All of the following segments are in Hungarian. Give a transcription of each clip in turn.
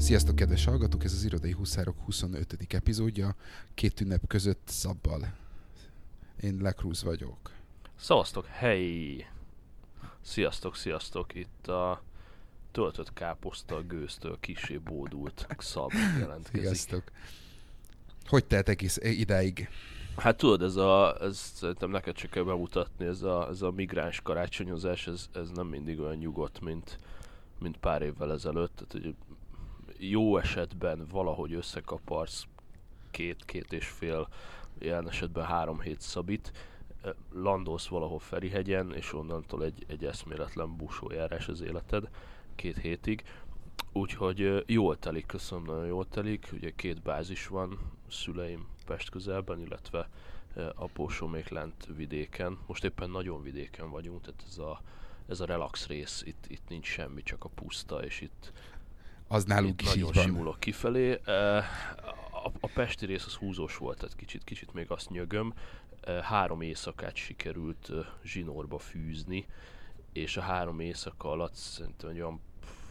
Sziasztok, kedves hallgatók! Ez az Irodai Huszárok 25. epizódja, két ünnep között szabbal. Én Lekruz vagyok. Szavaztok, hey! Sziasztok! Itt a töltött káposzta gőztől kissé bódult Szab jelentkezik. Sziasztok! Hogy telt egész idáig? Hát tudod, ez szerintem neked csak kell bemutatni, ez a migráns karácsonyozás, ez nem mindig olyan nyugodt, mint pár évvel ezelőtt. Tehát, hogy jó esetben valahogy összekaparsz két és fél, jelen esetben 3 hét szabit, landolsz valahol Ferihegyen, és onnantól egy eszméletlen busójárás az életed 2 hétig. Úgyhogy jól telik, köszönöm, nagyon jól telik. Ugye 2 bázis van, szüleim Pest közelben, illetve apósomék lent vidéken. Most éppen nagyon vidéken vagyunk, tehát ez a relax rész, itt nincs semmi, csak a puszta, és itt az nálunk is nagyon így van. simulok kifelé. A pesti rész az húzós volt, tehát kicsit még azt nyögöm. 3 éjszakát sikerült zsinórba fűzni, és a 3 éjszaka alatt szerintem egy olyan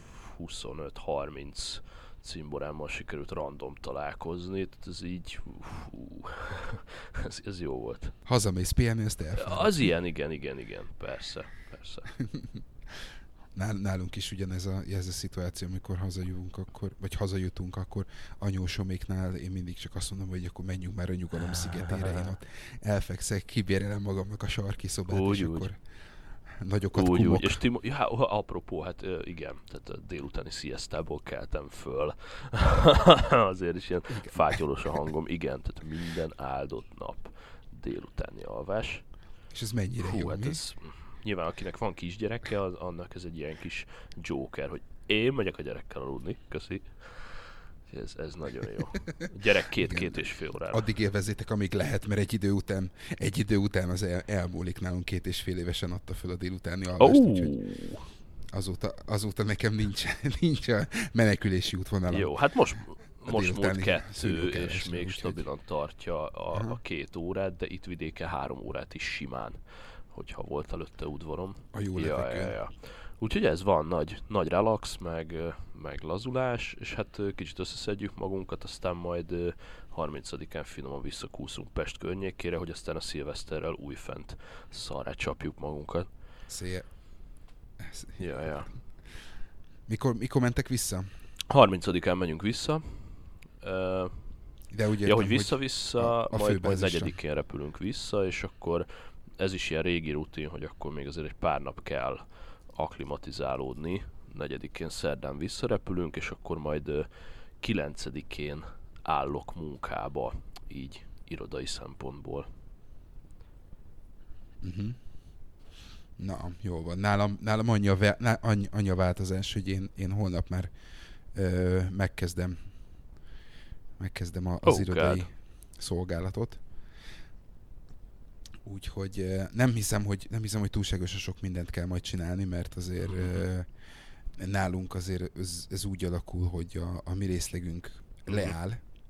25-30 cimborámmal sikerült random találkozni, tehát ez így, ez jó volt. Hazamész pihenni, ezt elfelejt. Az ilyen, igen, persze. Nálunk is ugyanez a szituáció, amikor hazajutunk, akkor anyósoméknál én mindig csak azt mondom, hogy akkor menjünk már a Nyugalom szigetére, én ott elfekszek, kibérelem magamnak a sarki szobát, akkor nagyokat kumok. Úgy. És apropó, hát igen, tehát délutáni sziasztából keltem föl. Azért is ilyen fátyolos a hangom, igen, tehát minden áldott nap délutáni alvás. És ez mennyire jó, hát mi? Ez, nyilván akinek van kisgyereke, annak ez egy ilyen kis joker, hogy én megyek a gyerekkel aludni, köszi. Ez nagyon jó. A gyerek két és fél órára. Addig élvezzétek, amíg lehet, mert egy idő után az elmúlik, nálunk 2,5 évesen adta föl a délutáni alvást, úgyhogy azóta nekem nincs a menekülési útvonalam. Jó, hát most múlt 2, és keresni, még úgyhogy stabilan tartja a 2 órát, de itt vidéken 3 órát is simán, hogyha volt előtte udvarom. A jó levegőn. Ja. Úgyhogy ez van, nagy relax, meg lazulás, és hát kicsit összeszedjük magunkat, aztán majd 30-án finoman visszakúszunk Pest környékére, hogy aztán a szilveszterrel újfent szarrá csapjuk magunkat. Ja. Mikor mentek vissza? 30-án menjünk vissza. De úgy értem, hogy vissza, majd 4-én repülünk vissza, és akkor ez is ilyen régi rutin, hogy akkor még azért egy pár nap kell akklimatizálódni. 4-én szerdán visszarepülünk, és akkor majd 9-én állok munkába, így irodai szempontból. Uh-huh. Na, jó van. Nálam annyi a változás, hogy én holnap már megkezdem az irodai szolgálatot. Úgyhogy nem hiszem, hogy túlságosan sok mindent kell majd csinálni, mert azért nálunk azért ez úgy alakul, hogy a mi részlegünk leáll.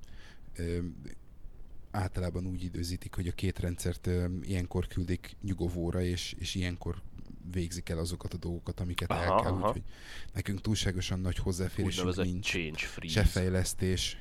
Általában úgy időzítik, hogy a 2 rendszert ilyenkor küldik nyugovóra, és ilyenkor végzik el azokat a dolgokat, amiket el kell. Úgyhogy nekünk túlságosan nagy hozzáférésünk nincs. Se fejlesztés,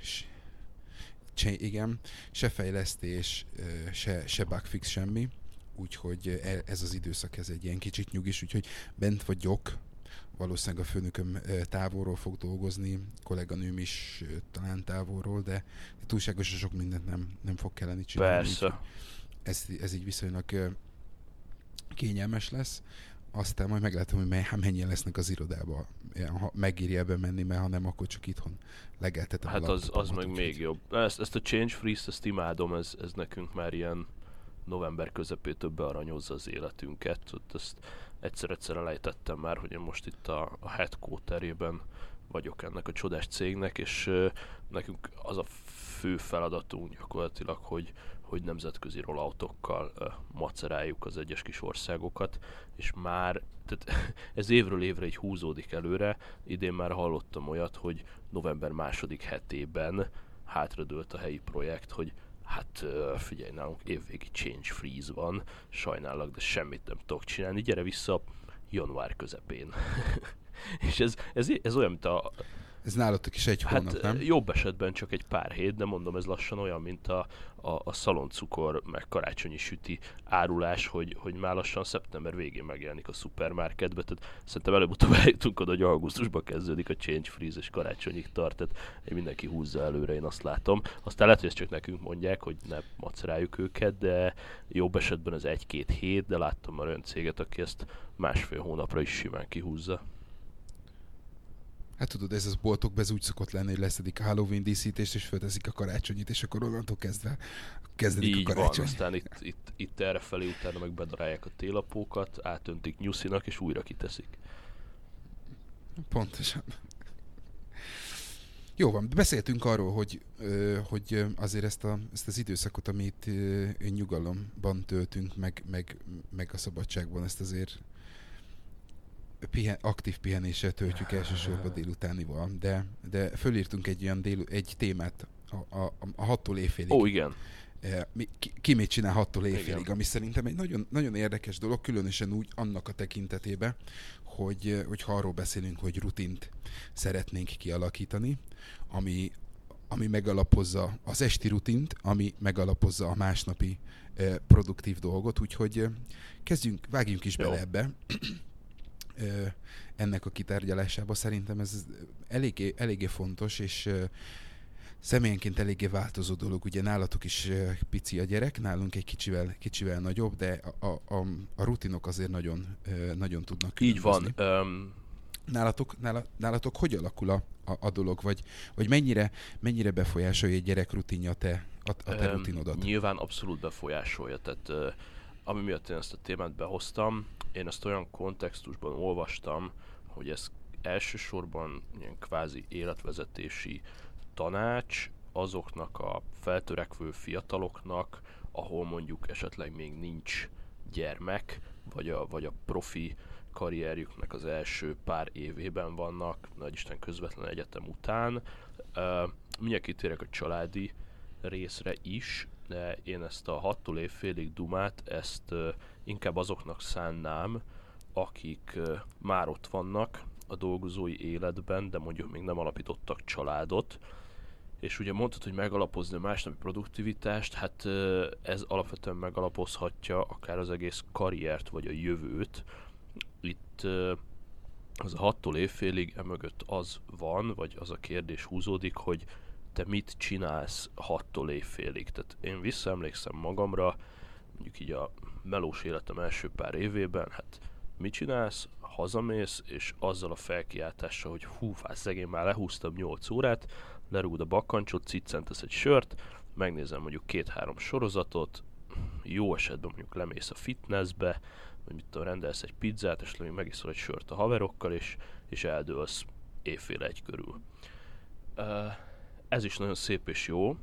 se fejlesztés, se bugfix, semmi. Úgyhogy ez az időszak, ez egy ilyen kicsit nyugis, úgyhogy bent vagyok. Valószínűleg a főnököm távolról fog dolgozni, kolléganőm is talán távolról, de túlságosan sok mindent nem fog kelleni csinálni. Persze. Ez így viszonylag kényelmes lesz. Aztán majd meglátom, hogy mennyien lesznek az irodába. Ha megírja ebbe menni, mert ha nem, akkor csak itthon legeltetem. Hát az meg még jobb. Ezt a change freeze-t, ezt imádom, ez nekünk már ilyen november közepétől bearanyozza az életünket. Ezt egyszer elejtettem már, hogy én most itt a headquarterében vagyok ennek a csodás cégnek, és nekünk az a fő feladatunk gyakorlatilag, hogy nemzetközi rolloutokkal maceráljuk az egyes kis országokat, és már, tehát ez évről évre így húzódik előre. Idén már hallottam olyat, hogy november 2. hetében hátradőlt a helyi projekt, hogy hát figyelj, nálunk évvégi change freeze van, sajnálok, de semmit nem tudok csinálni, gyere vissza január közepén. És ez olyan, mint Ez nálatok is egy hónap, nem? Jobb esetben csak egy pár hét, de mondom, ez lassan olyan, mint a szaloncukor meg karácsonyi süti árulás, hogy már lassan szeptember végén megjelenik a szupermarketbe, tehát szerintem előbb-utóbb eljutunk oda, hogy augusztusban kezdődik a change freeze és karácsonyig tart, tehát mindenki húzza előre, én azt látom. Aztán lehet, hogy ezt csak nekünk mondják, hogy ne maceráljuk őket, de jobb esetben ez 1-2 hét, de láttam már olyan céget, aki ezt 1,5 hónapra is simán kihúzza. Hát tudod, ez az boltokban ez úgy szokott lenni, hogy leszedik a Halloween díszítést, és fölteszik a karácsonyit, és akkor onnantól kezdve kezdődik így a karácsony. Van, aztán itt errefelé utána meg bedarálják a télapókat, átöntik nyuszinak, és újra kiteszik. Pontosan. Jó van, beszéltünk arról, hogy azért ezt az időszakot, amit nyugalomban töltünk, meg a szabadságban, ezt azért aktív pihenéssel töltjük elsősorban délutánival, de fölírtunk egy témát a 6-tól éjfélig. Ó, igen. Ki mit csinál 6-tól éjfélig, Igen. ami szerintem egy nagyon, nagyon érdekes dolog, különösen úgy annak a tekintetében, hogy ha arról beszélünk, hogy rutint szeretnénk kialakítani, ami megalapozza az esti rutint, ami megalapozza a másnapi produktív dolgot, úgyhogy vágjunk is bele ebbe. Ennek a kitárgyalásába szerintem ez eléggé fontos, és személyenként eléggé változó dolog. Ugye nálatok is pici a gyerek, nálunk egy kicsivel nagyobb, de a rutinok azért nagyon, nagyon tudnak különbözni. Így van. Nálatok hogy alakul a dolog, vagy mennyire befolyásolja egy gyerek rutinja a te rutinodat? Nyilván abszolút befolyásolja, tehát ami miatt én ezt a témát behoztam, én ezt olyan kontextusban olvastam, hogy ez elsősorban ilyen kvázi életvezetési tanács azoknak a feltörekvő fiataloknak, ahol mondjuk esetleg még nincs gyermek, vagy a profi karrierjüknek az első pár évében vannak, nagyisten közvetlen egyetem után. Mindjárt kitérek a családi részre is, de én ezt a 6-tól éjfélig dumát, ezt inkább azoknak szánnám, akik már ott vannak a dolgozói életben, de mondjuk még nem alapítottak családot. És ugye mondtad, hogy megalapozni a másnapi produktivitást, hát ez alapvetően megalapozhatja akár az egész karriert, vagy a jövőt. Itt az a 6-tól éjfélig emögött az van, vagy az a kérdés húzódik, hogy te mit csinálsz 6-tól éjfélig. Tehát én visszaemlékszem magamra, mondjuk így a melós életem első pár évében, hát mit csinálsz? Hazamész, és azzal a felkiáltással, hogy hú, szegény, már lehúztam 8 órát, lerúgod a bakkancsot, ciccentesz egy sört, megnézem mondjuk 2-3 sorozatot, jó esetben mondjuk lemész a fitnessbe, vagy mit tudom, rendelsz egy pizzát, és még megiszol egy sört a haverokkal, és eldőlsz éjfél 1 körül. Ez is nagyon szép és jó,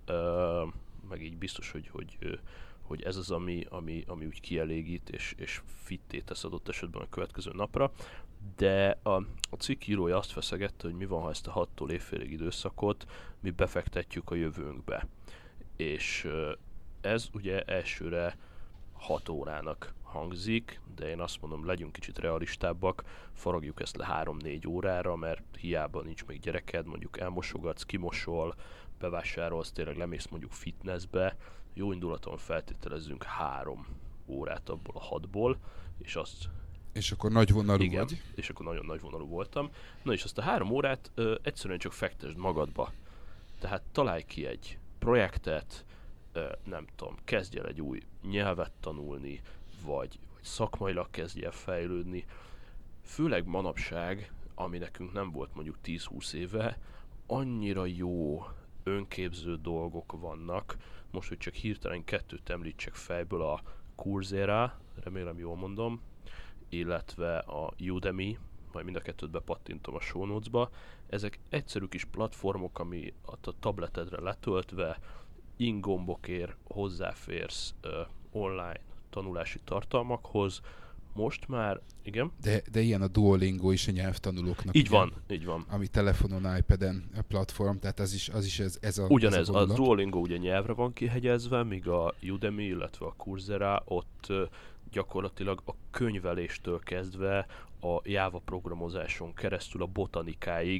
meg így biztos, hogy ez az, ami úgy kielégít, és fitté tesz adott esetben a következő napra, de a cikk írója azt feszegette, hogy mi van, ha ezt a 6-tól éjfélig időszakot mi befektetjük a jövőnkbe. És ez ugye elsőre 6 órának hangzik, de én azt mondom, legyünk kicsit realistábbak, faragjuk ezt le 3-4 órára, mert hiába nincs még gyereked, mondjuk elmosogatsz, kimosol, bevásárolsz, tényleg lemész mondjuk fitnessbe, jó indulaton feltételezzünk 3 órát abból a 6-ból, és azt... És akkor nagyvonalú igen, vagy? és akkor nagyon nagyvonalú voltam. Na és azt a 3 órát egyszerűen csak fektesd magadba. Tehát találj ki egy projektet, nem tudom, kezdj el egy új nyelvet tanulni, vagy szakmailag kezdj el fejlődni. Főleg manapság, ami nekünk nem volt mondjuk 10-20 éve, annyira jó önképző dolgok vannak. Most, hogy csak hirtelen 2-t említsek fejből, a Coursera, remélem jól mondom, illetve a Udemy, majd mind a 2-t bepattintom a show notes-ba. Ezek egyszerű kis platformok, ami a tabletedre letöltve ingombokért hozzáférsz online tanulási tartalmakhoz. Most már, igen. De ilyen a Duolingo is a nyelvtanulóknak. Így van, így van. Ami telefonon, iPad-en a platform, tehát az is ez a ugyanez, ez a Duolingo ugye nyelvre van kihegyezve, míg a Udemy, illetve a Coursera ott gyakorlatilag a könyveléstől kezdve a Java programozáson keresztül a botanikáig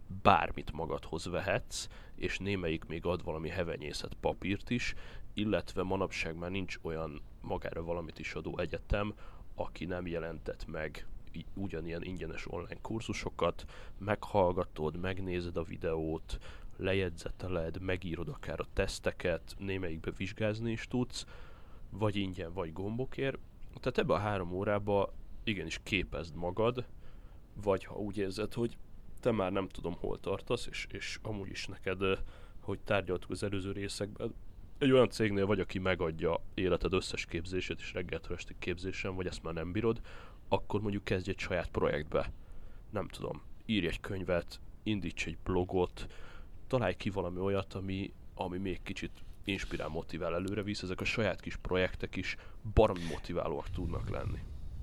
bármit magadhoz vehetsz, és némelyik még ad valami hevenyészet papírt is, illetve manapság már nincs olyan magára valamit is adó egyetem, aki nem jelentett meg ugyanilyen ingyenes online kurzusokat, meghallgatod, megnézed a videót, lejegyzeteled, megírod akár a teszteket, némelyikbe vizsgázni is tudsz, vagy ingyen, vagy gombokért. Tehát ebbe a 3 órába igenis képezd magad, vagy ha úgy érzed, hogy te már nem tudom hol tartasz, és amúgy is neked, hogy tárgyaltuk az előző részekben, egy olyan cégnél vagy, aki megadja életed összes képzését, és reggeltől estig képzésen, vagy ezt már nem bírod, akkor mondjuk kezdj egy saját projektbe. Nem tudom, írj egy könyvet, indíts egy blogot, találj ki valami olyat, ami még kicsit inspirál, motivál, előre visz. Ezek a saját kis projektek is baromi motiválóak tudnak lenni.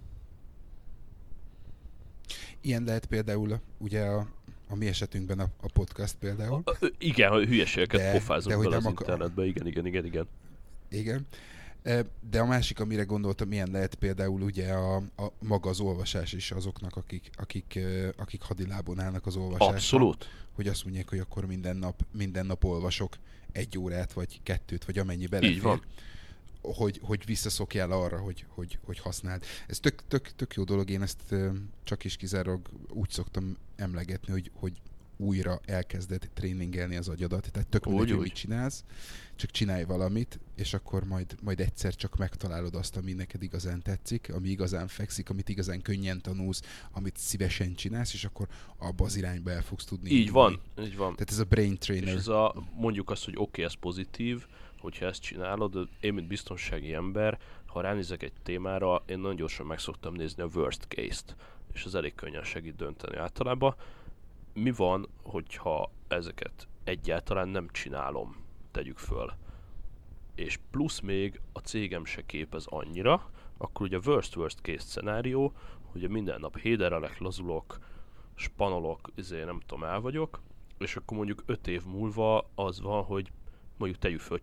Ilyen lehet például ugye a mi esetünkben a podcast például. Igen, hogy hülyeségeket pofázunk bele az internetbe, igen. Igen. De a másik, amire gondoltam, milyen lehet például ugye a maga az olvasás is azoknak, akik hadilábon állnak az olvasásra. Abszolút. Hogy azt mondják, hogy akkor minden nap olvasok 1 órát, vagy 2, vagy amennyi belefér. Így van. Hogy visszaszokjál arra, hogy használd. Ez tök jó dolog, én ezt csak is kizárólag úgy szoktam emlegetni, hogy újra elkezded tréningelni az agyadat, tehát tök mindegy, hogy mit csinálsz, csak csinálj valamit, és akkor majd egyszer csak megtalálod azt, ami neked igazán tetszik, ami igazán fekszik, amit igazán könnyen tanulsz, amit szívesen csinálsz, és akkor abba az irányba el fogsz tudni. Így van. Tehát ez a brain trainer. És ez mondjuk azt, hogy oké, ez pozitív, hogyha ezt csinálod, én mint biztonsági ember, ha ránézek egy témára, én nagyon gyorsan meg szoktam nézni a worst case-t, és ez elég könnyen segít dönteni általában. Mi van, hogyha ezeket egyáltalán nem csinálom, tegyük föl, és plusz még a cégem se képez annyira, akkor ugye a worst case szenárió, hogy minden nap héderelek, lazulok, spanolok, nem tudom, el vagyok, és akkor mondjuk 5 év múlva az van, hogy mondjuk tegyük föl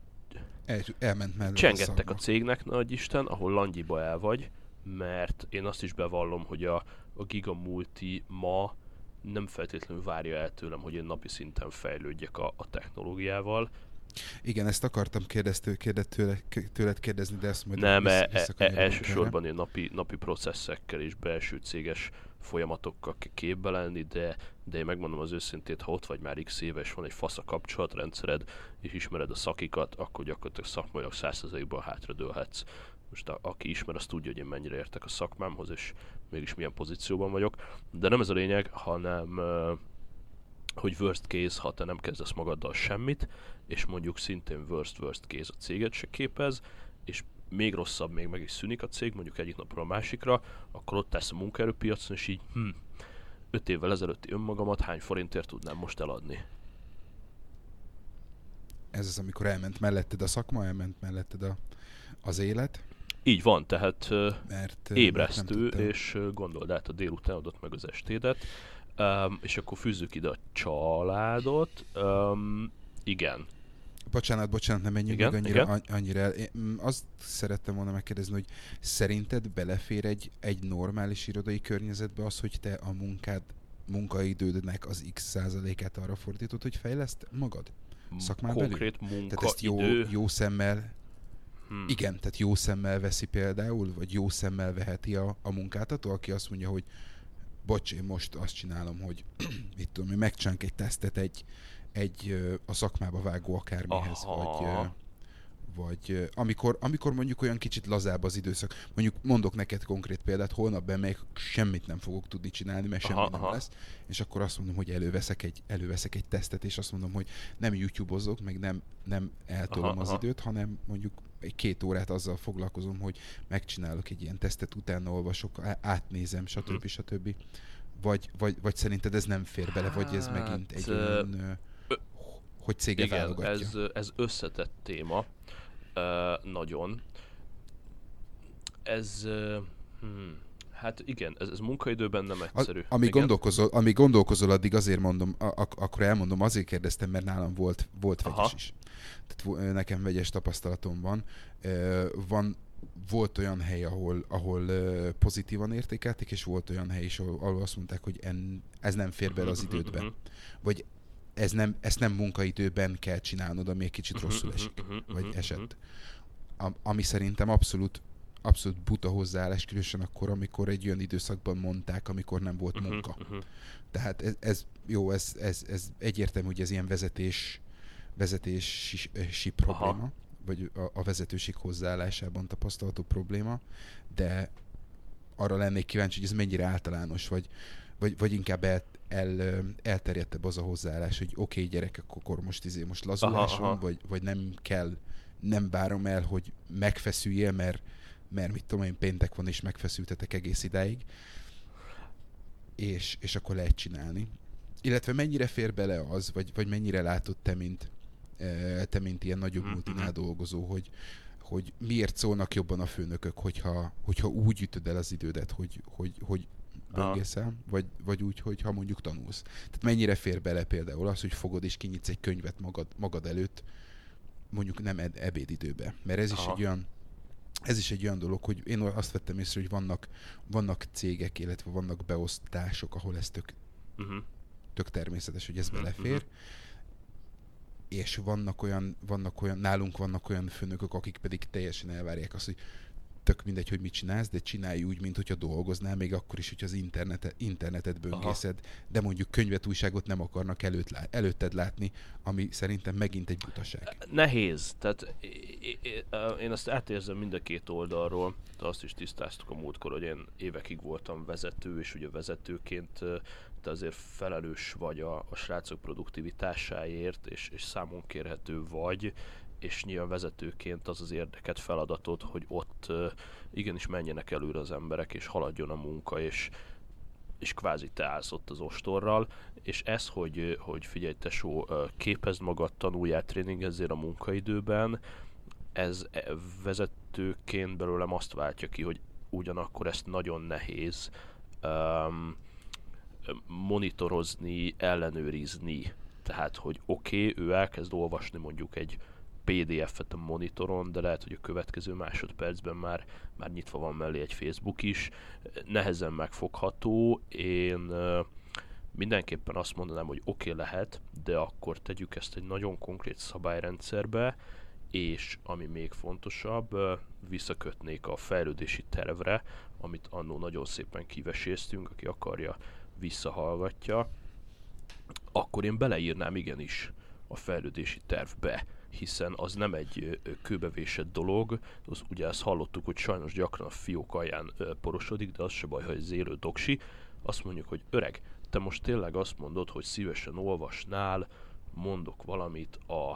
csengettek a cégnek, nagy Isten, ahol langyiba el vagy, mert én azt is bevallom, hogy a Giga Multi ma nem feltétlenül várja el tőlem, hogy én napi szinten fejlődjek a technológiával. Igen, ezt akartam tőled kérdezni, de ezt majd nem, elsősorban én napi processzekkel és belső céges folyamatokkal kell képbe lenni, de én megmondom az őszintét, ha ott vagy már x éve, és van egy fasz a kapcsolatrendszered, és ismered a szakikat, akkor gyakorlatilag szakmailag 100%-ban hátradőlhetsz. Most aki ismer, az tudja, hogy én mennyire értek a szakmámhoz, és mégis milyen pozícióban vagyok. De nem ez a lényeg, hanem hogy worst case, ha te nem kezdesz magaddal semmit, és mondjuk szintén worst case a céget se képez, és még rosszabb, még meg is szűnik a cég, mondjuk egyik napról a másikra, akkor ott állsz a munkaerőpiacon, és így 5 évvel ezelőtti önmagamat hány forintért tudnám most eladni? Ez az, amikor elment melletted a szakma, elment melletted az élet. Így van, tehát ébresztő, és gondold át a délutánodat meg az estédet, és akkor fűzzük ide a családot. Igen. Bocsánat, nem menjünk meg annyira el. Én azt szerettem volna megkérdezni, hogy szerinted belefér egy normális irodai környezetbe az, hogy te a munkaidődnek az x% arra fordítod, hogy fejleszd magad? Szakmán konkrét belül? Munkaidő. Tehát ezt jó szemmel igen, tehát jó szemmel veszi például, vagy jó szemmel veheti a munkáltató, aki azt mondja, hogy bocs, én most azt csinálom, hogy mit tudom, megcsinálok egy tesztet egy a szakmába vágó akármihez, vagy amikor mondjuk olyan kicsit lazább az időszak. Mondjuk mondok neked konkrét példát, holnap bemegyek, semmit nem fogok tudni csinálni, mert semmi nem lesz, és akkor azt mondom, hogy előveszek egy tesztet, és azt mondom, hogy nem YouTube-ozok, meg nem eltolom az időt, hanem mondjuk 2 órát azzal foglalkozom, hogy megcsinálok egy ilyen tesztet, utána olvasok, átnézem, stb. Vagy szerinted ez nem fér bele, vagy ez megint egy olyan, hogy cége válogatja? Ez összetett téma, nagyon. Hát igen, ez munkaidőben nem egyszerű. Amíg gondolkozol, addig azért mondom, akkor elmondom, azért kérdeztem, mert nálam volt vegyes is. Tehát nekem vegyes tapasztalatom van. volt olyan hely, ahol pozitívan értékelték, és volt olyan hely is, ahol azt mondták, hogy ez nem fér bele az idődbe. Vagy ezt nem munkaidőben kell csinálnod, ami egy kicsit rosszul esik, vagy esett. Ami szerintem abszolút buta hozzáállás, különösen akkor, amikor egy olyan időszakban mondták, amikor nem volt munka. Tehát ez egyértelmű, hogy ez ilyen vezetési probléma, vagy a vezetőség hozzáállásában tapasztalható probléma, de arra lennék kíváncsi, hogy ez mennyire általános, vagy inkább elterjedtebb az a hozzáállás, hogy oké, gyerekek, akkor most lazuláson, vagy nem várom el, hogy megfeszüljél, mert mit tudom én, péntek van, és megfeszültetek egész idáig, és akkor lehet csinálni. Illetve mennyire fér bele az, vagy mennyire látod te, mint ilyen nagyobb multinál dolgozó, hogy miért szólnak jobban a főnökök, hogyha úgy ütöd el az idődet, hogy böngészel, vagy úgy, hogyha mondjuk tanulsz. Tehát mennyire fér bele például az, hogy fogod és kinyitsz egy könyvet magad előtt, mondjuk nem ebédidőbe. Mert ez is egy olyan dolog, hogy én azt vettem észre, hogy vannak cégek, illetve vannak beosztások, ahol ez tök természetes, hogy ez belefér. És nálunk vannak olyan főnökök, akik pedig teljesen elvárják azt, hogy tök mindegy, hogy mit csinálsz, de csinálj úgy, mint hogyha dolgoznál, még akkor is, hogy az internetet böngészed, de mondjuk könyvet, újságot nem akarnak előtted látni, ami szerintem megint egy butaság. Nehéz. Tehát én azt átérzem mind a két oldalról, de azt is tisztáztuk a múltkor, hogy én évekig voltam vezető, és ugye vezetőként te azért felelős vagy a srácok produktivitásáért, és számon kérhető vagy, és nyilván vezetőként az az érdeket, feladatod, hogy ott igenis menjenek előre az emberek, és haladjon a munka, és kvázi te állsz ott az ostorral, és ez, hogy figyelj tesó, képezd magad, tanuljál, tréningezzél a munkaidőben, ez vezetőként belőlem azt váltja ki, hogy ugyanakkor ezt nagyon nehéz monitorozni, ellenőrizni. Tehát, hogy oké, ő elkezd olvasni mondjuk egy PDF-et a monitoron, de lehet, hogy a következő másodpercben már nyitva van mellé egy Facebook is. Nehezen megfogható. Én mindenképpen azt mondanám, hogy oké, lehet, de akkor tegyük ezt egy nagyon konkrét szabályrendszerbe, és ami még fontosabb, visszakötnék a fejlődési tervre, amit annó nagyon szépen kiveséztünk, aki akarja, visszahallgatja, akkor én beleírnám igenis a fejlődési tervbe, hiszen az nem egy kőbevésett dolog, ugye ezt hallottuk, hogy sajnos gyakran a fiók alján porosodik, de az se baj, ha egy zélő doksi. Azt mondjuk, hogy öreg, te most tényleg azt mondod, hogy szívesen olvasnál, mondok valamit a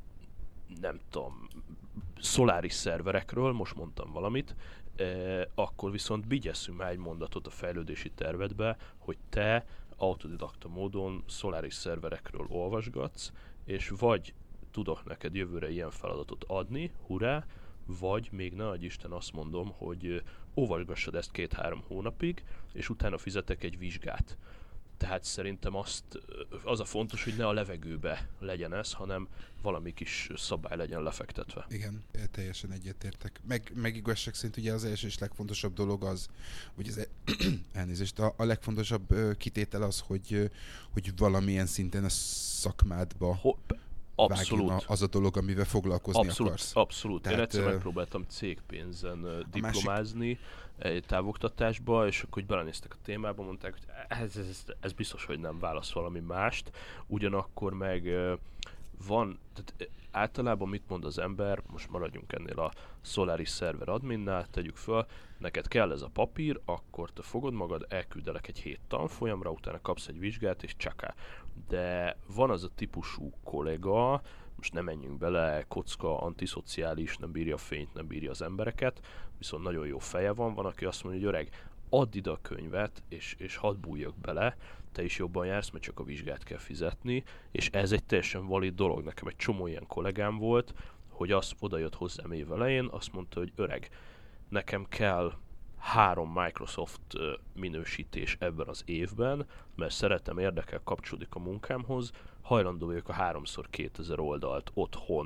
nem tudom, Solaris szerverekről, most mondtam valamit, akkor viszont vigyesszünk már egy mondatot a fejlődési tervedbe, hogy te autodidakta módon Solaris szerverekről olvasgatsz, és vagy tudok neked jövőre ilyen feladatot adni, hurrá, vagy még ne adj Isten azt mondom, hogy olvasgassad ezt 2-3 hónapig, és utána fizetek egy vizsgát. Tehát szerintem az a fontos, hogy ne a levegőbe legyen ez, hanem valami kis szabály legyen lefektetve. Igen, teljesen egyetértek. Meg igazság szerint ugye az első és legfontosabb dolog az, hogy elnézést, a legfontosabb kitétel az, hogy valamilyen szinten a szakmádba vágjon az a dolog, amivel foglalkozni akarsz. Abszolút. Tehát, én egyszer megpróbáltam cégpénzen diplomázni egy távoktatásba, és akkor belenéztek a témába, mondták, hogy ez biztos, hogy nem válasz valami mást. Ugyanakkor meg van, tehát általában mit mond az ember, most maradjunk ennél a Solaris szerver adminnál, tegyük föl, neked kell ez a papír, akkor te fogod magad, elküldelek egy 7 tanfolyamra, utána kapsz egy vizsgát, és csaká. De van az a típusú kollega, most nem menjünk bele, kocka, antiszociális, nem bírja a fényt, nem bírja az embereket, viszont nagyon jó feje van, aki azt mondja, hogy öreg, add ide a könyvet, és hadd bújjak bele, te is jobban jársz, mert csak a vizsgát kell fizetni, és ez egy teljesen valid dolog. Nekem egy csomó ilyen kollégám volt, hogy az odajött hozzám év elején, azt mondta, hogy öreg, nekem kell 3 Microsoft minősítés ebben az évben, mert szeretem, érdekel, kapcsolódik a munkámhoz, hajlandó vagyok a 3x2000 oldalt otthon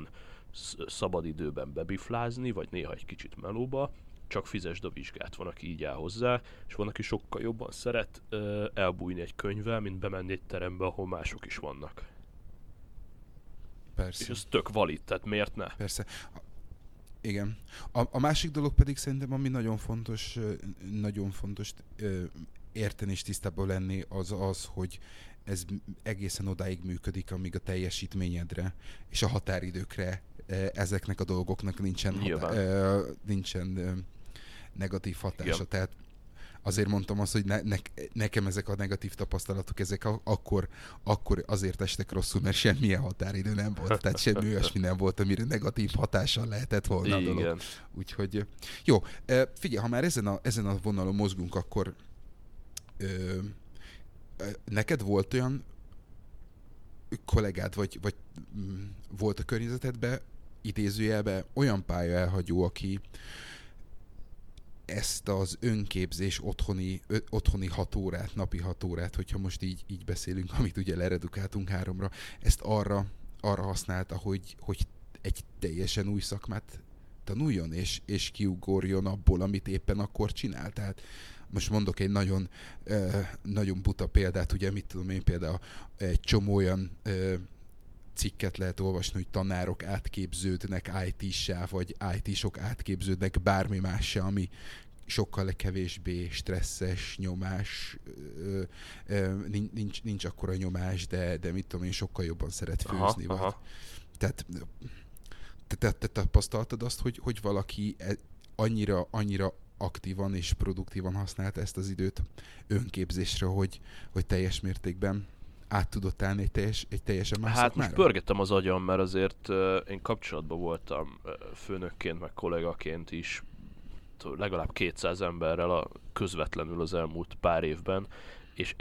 szabad időben bebiflázni, vagy néha egy kicsit melóba, csak fizesd a vizsgát. Van, aki így áll hozzá, és van, aki sokkal jobban szeret elbújni egy könyvvel, mint bemenni egy terembe, ahol mások is vannak. Persze. És ez tök valid, tehát miért ne? Persze. Igen. A másik dolog pedig szerintem, ami nagyon fontos érteni és tisztában lenni, az, hogy ez egészen odáig működik, amíg a teljesítményedre és a határidőkre ezeknek a dolgoknak nincsen negatív hatása. Igen. Tehát azért mondtam azt, hogy nekem ezek a negatív tapasztalatok, ezek akkor azért estek rosszul, mert semmilyen határidő nem volt. Tehát semmi olyasmi nem volt, amire negatív hatással lehetett volna a dolog. Úgyhogy jó, figyelj, ha már ezen a vonalon mozgunk, akkor neked volt olyan kollégád, vagy volt a környezetedben, idézőjelben olyan pályaelhagyó, aki ezt az önképzés otthoni 6 órát, napi 6 órát, hogyha most így beszélünk, amit ugye leredukáltunk 3-ra, ezt arra használta, hogy egy teljesen új szakmát tanuljon, és kiugorjon abból, amit éppen akkor csinál. Tehát most mondok egy nagyon buta példát, ugye mit tudom én, például egy csomó olyan cikket lehet olvasni, hogy tanárok átképződnek IT-sá, vagy IT-sok átképződnek bármi mássá, ami sokkal kevésbé stresszes, nyomás, nincs akkora nyomás, de mit tudom én, sokkal jobban szeret főzni. Aha. Tehát te tapasztaltad azt, hogy valaki annyira aktívan és produktívan használta ezt az időt önképzésre, hogy teljes mértékben át tudott állni egy teljesen más szakmára? Most pörgettem az agyam, mert azért én kapcsolatban voltam főnökként, meg kollégaként is legalább 200 emberrel közvetlenül az elmúlt pár évben, és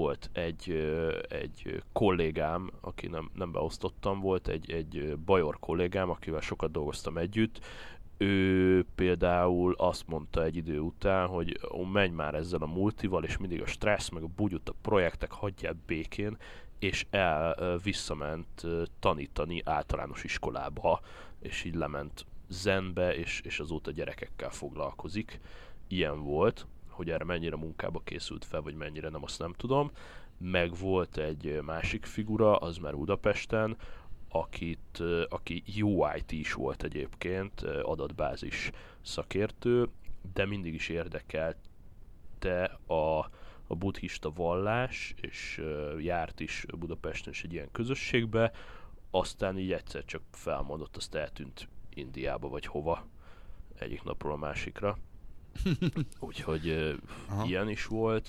egy kollégám, aki nem beosztottam, volt egy bajor kollégám, akivel sokat dolgoztam együtt. Ő például azt mondta egy idő után, hogy menj már ezzel a multival, és mindig a stressz, meg a bugyut, a projektek hagyjál békén, és visszament tanítani általános iskolába, és így lement zenbe, és azóta gyerekekkel foglalkozik. Ilyen volt, hogy erre mennyire munkába készült fel, vagy mennyire nem, azt nem tudom. Meg volt egy másik figura, az már Budapesten, aki UIT is volt egyébként, adatbázis szakértő, de mindig is érdekelte a buddhista vallás, és járt is Budapesten is egy ilyen közösségbe, aztán így egyszer csak felmondott, azt eltűnt Indiába, vagy hova, egyik napról a másikra. Úgyhogy ilyen is volt.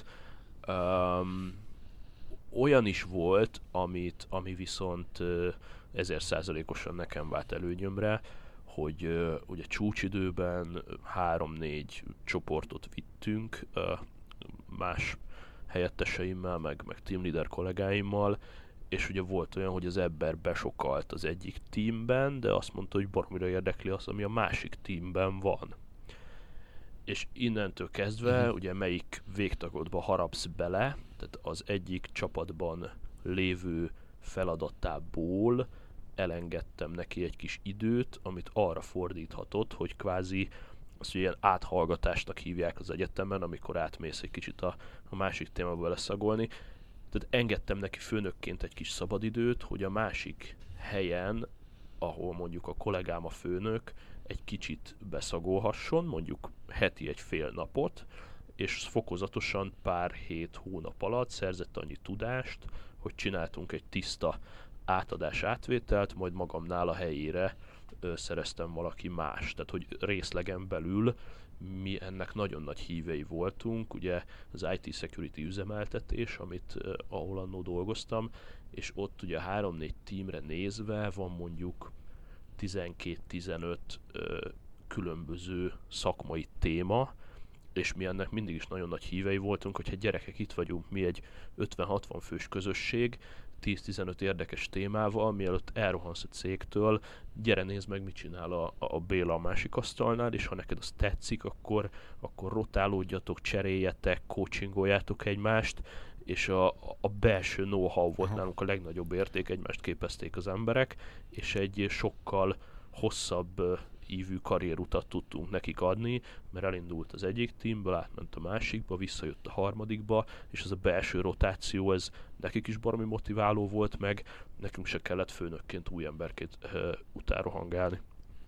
Olyan is volt, ami viszont 1000%-osan nekem vált előnyömre, hogy ugye csúcsidőben 3-4 csoportot vittünk más helyetteseimmel, meg teamleader kollégáimmal, és ugye volt olyan, hogy az ember besokalt az egyik teamben, de azt mondta, hogy baromira érdekli az, ami a másik teamben van. És innentől kezdve, ugye melyik végtagodba harapsz bele, tehát az egyik csapatban lévő feladatából elengedtem neki egy kis időt, amit arra fordíthatott, hogy kvázi azt ilyen áthallgatásnak hívják az egyetemen, amikor átmész egy kicsit a másik témába beleszagolni. Tehát engedtem neki főnökként egy kis szabadidőt, hogy a másik helyen, ahol mondjuk a kollégám a főnök, egy kicsit beszagolhasson, mondjuk heti egy fél napot, és fokozatosan pár hónap alatt szerzett annyi tudást, hogy csináltunk egy tiszta átadás-átvételt, majd magamnál a helyére szereztem valaki más. Tehát, hogy részlegen belül mi ennek nagyon nagy hívei voltunk, ugye az IT Security üzemeltetés, ahol annó dolgoztam, és ott ugye 3-4 teamre nézve van mondjuk 12-15 különböző szakmai téma, és mi ennek mindig is nagyon nagy hívei voltunk, hogyha gyerekek, itt vagyunk, mi egy 50-60 fős közösség, 10-15 érdekes témával, mielőtt elrohansz a cégtől, gyere nézd meg, mit csinál a Béla a másik asztalnál, és ha neked az tetszik, akkor rotálódjatok, cseréljetek, coachingoljátok egymást, és a belső know-how volt nálunk a legnagyobb érték, egymást képezték az emberek, és egy sokkal hosszabb ívű karrierutat tudtunk nekik adni, mert elindult az egyik teamből, átment a másikba, visszajött a harmadikba, és ez a belső rotáció, ez nekik is baromi motiváló volt, meg nekünk se kellett főnökként új emberként utána hangálni.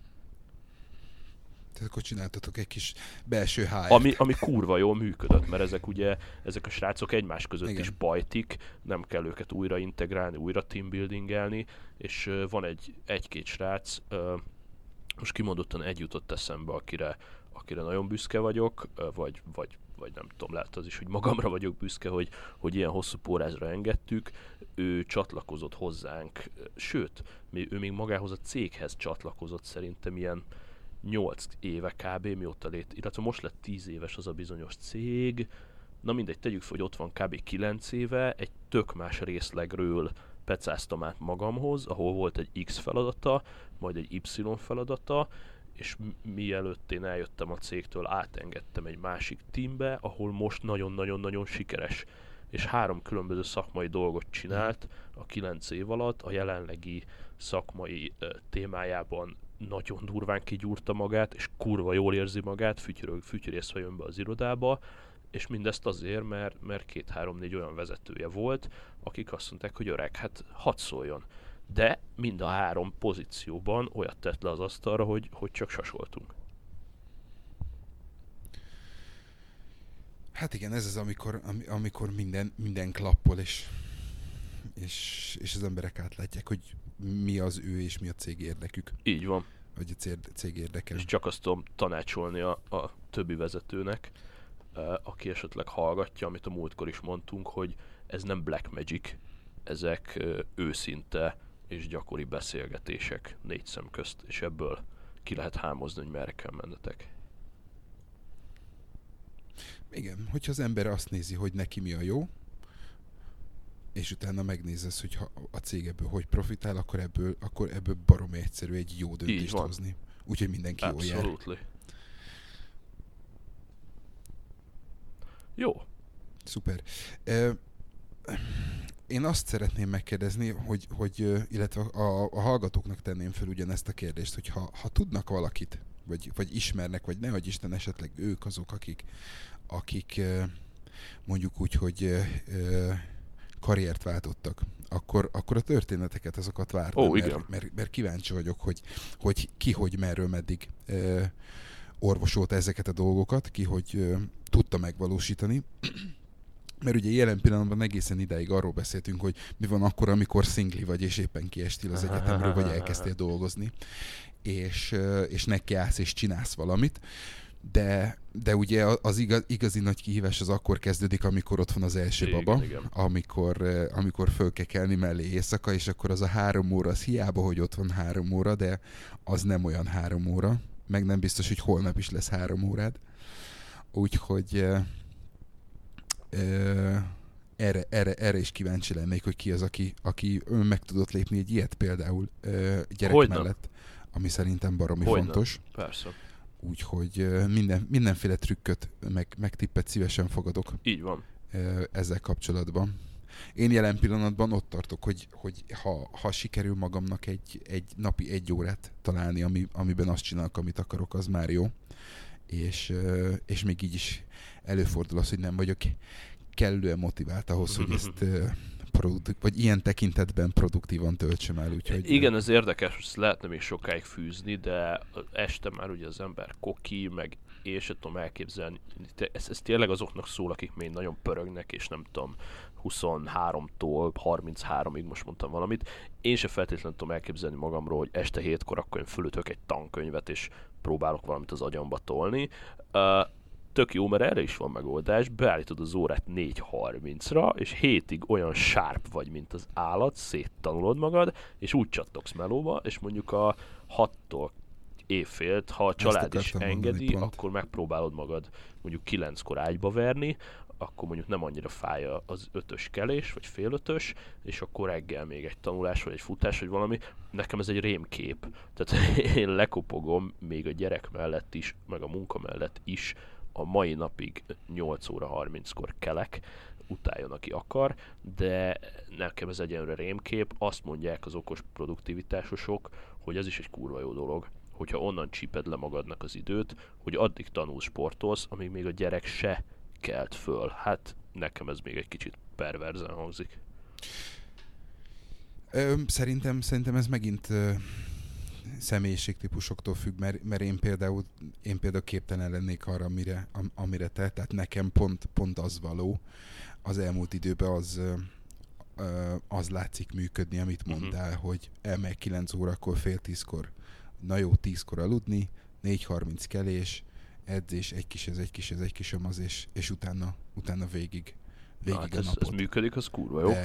Tehát akkor csináltatok egy kis belső HR-t. Ami kurva jól működött, mert ezek a srácok egymás között Igen. is bajtik, nem kell őket újra integrálni, újra teambuildingelni, és van egy-két srác, most kimondottan egy jutott eszembe, akire nagyon büszke vagyok, vagy nem tudom, lehet az is, hogy magamra vagyok büszke, hogy ilyen hosszú pórázra engedtük. Ő csatlakozott hozzánk, sőt, ő még magához a céghez csatlakozott szerintem ilyen 8 éve kb. Mióta illetve most lett 10 éves az a bizonyos cég. Na mindegy, tegyük fel, hogy ott van kb. 9 éve, egy tök más részlegről pecáztam át magamhoz, ahol volt egy X feladata, majd egy Y feladata, és mielőtt én eljöttem a cégtől, átengedtem egy másik teambe, ahol most nagyon-nagyon-nagyon sikeres. És 3 különböző szakmai dolgot csinált a 9 év alatt, a jelenlegi szakmai témájában nagyon durván kigyúrta magát, és kurva jól érzi magát, fütyörészve jön be az irodába, és mindezt azért, mert 2-3-4 olyan vezetője volt, akik azt mondták, hogy öreg, hát hadd szóljon. De mind a 3 pozícióban olyat tett le az asztalra, hogy csak sasoltunk. Hát igen, ez az, amikor minden klappol, és az emberek átlátják, hogy mi az ő és mi a cég érdekük. Így van. Vagy a cég érdeke. És csak azt tudom tanácsolni a többi vezetőnek, aki esetleg hallgatja, amit a múltkor is mondtunk, hogy ez nem black magic, ezek őszinte és gyakori beszélgetések 4 szem közt, és ebből ki lehet hámozni, hogy merre kell mennetek. Igen, hogyha az ember azt nézi, hogy neki mi a jó, és utána megnézed, hogy a cég ebből hogy profitál, akkor ebből baromi egyszerű egy jó döntést hozni. Úgyhogy mindenki jól jár. Absolutely. Jó. Szuper. Én azt szeretném megkérdezni, hogy illetve a hallgatóknak tenném fel ugyanezt a kérdést, hogy ha tudnak valakit, vagy ismernek, vagy nehogy Isten esetleg ők azok, akik mondjuk úgy, hogy karriert váltottak, akkor a történeteket azokat vártam, mert kíváncsi vagyok, hogy ki, hogy merről, meddig orvosolta ezeket a dolgokat, ki, hogy tudta megvalósítani. Mert ugye jelen pillanatban egészen idáig arról beszéltünk, hogy mi van akkor, amikor szingli vagy, és éppen kiestél az egyetemről, vagy elkezdtél dolgozni, és nekiállsz, és csinálsz valamit. De ugye az igazi nagy kihívás az akkor kezdődik, amikor ott van az első baba, igen. amikor föl kell kelni mellé éjszaka, és akkor az a 3 óra, az hiába, hogy ott van 3 óra, de az nem olyan 3 óra, meg nem biztos, hogy holnap is lesz 3 órád. Úgyhogy erre is kíváncsi lennék, hogy ki az, aki meg tudott lépni egy ilyet például gyerek mellett, ami szerintem baromi fontos. Persze. Úgyhogy mindenféle trükköt, meg tippet szívesen fogadok. Így van. Ezzel kapcsolatban. Én jelen pillanatban ott tartok, hogy ha sikerül magamnak egy napi 1 órát találni, amiben azt csinálok, amit akarok, az már jó. És még így is előfordul az, hogy nem vagyok kellően motivált ahhoz, hogy ezt vagy ilyen tekintetben produktívan töltsem el. Úgyhogy, igen, ez érdekes, ezt lehetne még sokáig fűzni, de este már ugye az ember koki, meg én sem tudom elképzelni. Ez tényleg azoknak szól, akik még nagyon pörögnek, és nem tudom, 23-tól 33-ig most mondtam valamit. Én sem feltétlenül tudom elképzelni magamról, hogy este 7-kor akkor én fölütök egy tankönyvet, és próbálok valamit az agyamba tolni. Tök jó, mert erre is van megoldás, beállítod az órát 4:30-ra, és 7-ig olyan sharp vagy, mint az állat, széttanulod magad, és úgy csattogsz melóba, és mondjuk a 6-tól éjfélt, ha a család is engedi, akkor megpróbálod magad mondjuk 9-kor ágyba verni, akkor mondjuk nem annyira fáj az 5-ös kelés, vagy fél 5-ös, és akkor reggel még egy tanulás, vagy egy futás, vagy valami. Nekem ez egy rémkép. Tehát én lekopogom még a gyerek mellett is, meg a munka mellett is, a mai napig 8 óra 30-kor kelek, utáljon, aki akar, de nekem ez egyenlőre rémkép. Azt mondják az okos produktivitásosok, hogy ez is egy kurva jó dolog, hogyha onnan csíped le magadnak az időt, hogy addig tanulsz, sportolsz, amíg még a gyerek se kelt föl. Hát nekem ez még egy kicsit perverzen hangzik. Szerintem ez megint személyiségtípusoktól függ, mert én például képtelen lennék arra, amire te, tehát nekem pont az való. Az elmúlt időben az látszik működni, amit mondtál, hogy elmegy 9 órakor, fél 10-kor, na jó, 10-kor aludni, 4:30 kelés, edzés, egy kis az, és utána végig hát a napot. Ez működik, az kurva jó.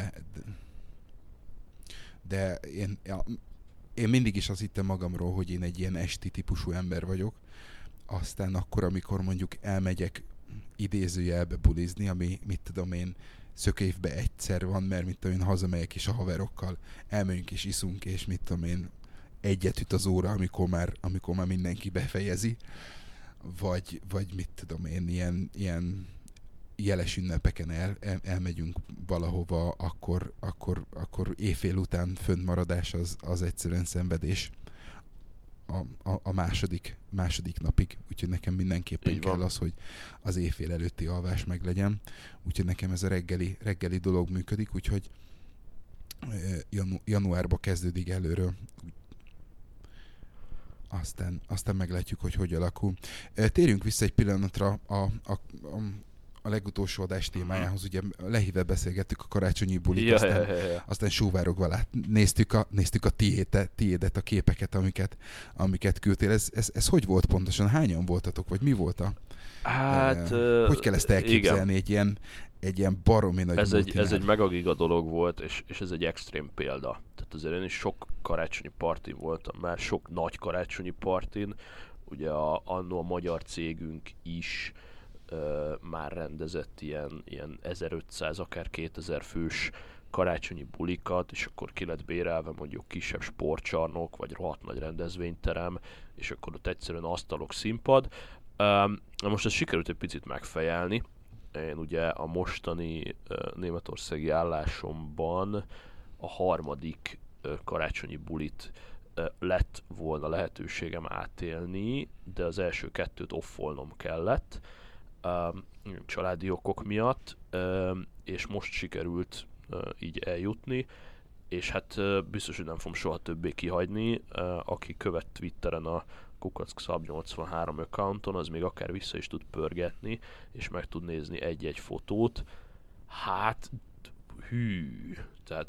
De én mindig is azt hittem magamról, hogy én egy ilyen esti típusú ember vagyok. Aztán akkor, amikor mondjuk elmegyek idézőjelbe bulizni, ami, mit tudom én, szökévben egyszer van, mert mit tudom én, hazamegyek és a haverokkal elmegyünk és iszunk, és mit tudom én, egyet üt az óra, amikor már mindenki befejezi. Vagy mit tudom én, ilyen jeles ünnepeken elmegyünk valahova, akkor éjfél után föntmaradás az egyszerűen szenvedés a második napig. Úgyhogy nekem mindenképpen kell az, hogy az éjfél előtti alvás meglegyen. Úgyhogy nekem ez a reggeli dolog működik, úgyhogy januárba kezdődik előről. Aztán meglátjuk, hogy alakul. Térjünk vissza egy pillanatra a legutolsó adás témájához. Ugye lehívve beszélgettük a karácsonyi bulit, aztán sóvárogva néztük a tiédet, a képeket, amiket küldtél. Ez hogy volt pontosan? Hányan voltatok, vagy mi volt hogy kell ezt elképzelni? Egy ilyen baromi nagy ez egy megagiga dolog volt, és ez egy extrém példa. Tehát azért én is sok karácsonyi partin voltam már, sok nagy karácsonyi partin. Ugye annó a magyar cégünk is már rendezett ilyen 1500, akár 2000 fős karácsonyi bulikat, és akkor ki lett bérelve mondjuk kisebb sportcsarnok, vagy rohadt nagy rendezvényterem, és akkor ott egyszerűen asztalok, színpad. Most ezt sikerült egy picit megfejelni. Én ugye a mostani németországi állásomban a harmadik karácsonyi bulit lett volna lehetőségem átélni, de az első kettőt offolnom kellett családi okok miatt, és most sikerült így eljutni, és hát biztos, hogy nem fogom soha többé kihagyni. Aki követ Twitteren a kukack83 accounton, az még akár vissza is tud pörgetni, és meg tud nézni egy-egy fotót. Hát, tehát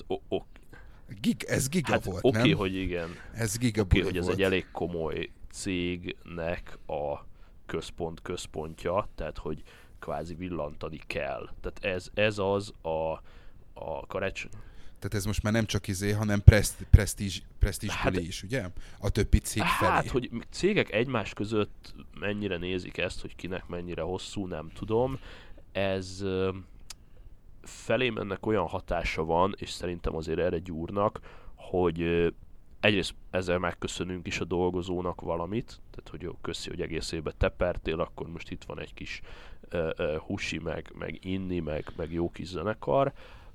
ez giga hát, volt, nem? Nem? Hogy igen. Ez giga hogy ez volt. egy elég komoly cégnek a központja, tehát hogy kvázi villantani kell. Tehát ez az a karácsony. Tehát ez most már nem csak hanem presztízsbeli is, ugye? A többi cég felé. Hát, hogy cégek egymás között mennyire nézik ezt, hogy kinek mennyire hosszú, nem tudom. Ez felém ennek olyan hatása van, és szerintem azért erre gyúrnak, hogy egyrészt ezzel megköszönünk is a dolgozónak valamit, tehát hogy jó, köszi, hogy egész évben tepertél, akkor most itt van egy kis husi, meg inni, meg jó kis zenekar,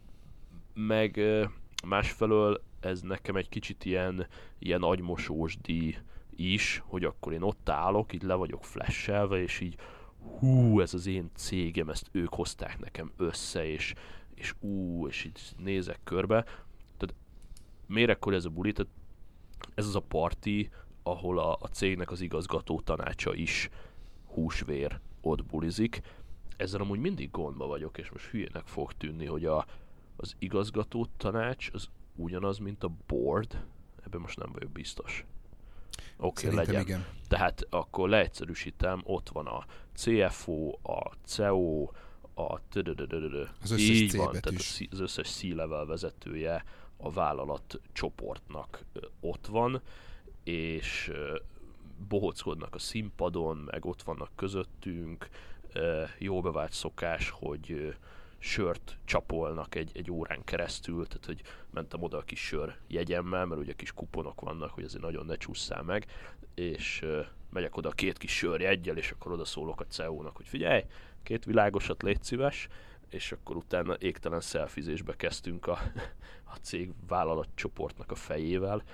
meg másfelől ez nekem egy kicsit ilyen agymosósdi is, hogy akkor én ott állok, így le vagyok flashelve, és így ez az én cégem, ezt ők hozták nekem össze, és így nézek körbe. Tehát mérekkor ez a buli, tehát ez az a parti, ahol a cégnek az igazgató tanácsa is húsvér ott bulizik. Ezzel amúgy mindig gondba vagyok, és most hülyének fog tűnni, hogy az igazgató tanács az ugyanaz, mint a board. Ebben most nem vagyok biztos. Oké, legyen. Igen. Tehát akkor leegyszerűsítem, ott van a CFO, a CEO, az összes így van, tehát az összes C-level vezetője a vállalat csoportnak ott van, és bohockodnak a színpadon, meg ott vannak közöttünk, jó bevált szokás, hogy sört csapolnak egy órán keresztül, tehát hogy mentem oda a kis sör jegyemmel, mert ugye kis kuponok vannak, hogy azért nagyon ne csússzál meg, és megyek oda a 2 kis sörjeggyel, és akkor oda szólok a CEO-nak, hogy figyelj, 2 világosat légy szíves, és akkor utána égtelen szelfizésbe kezdtünk a cég vállalatcsoportnak a fejével.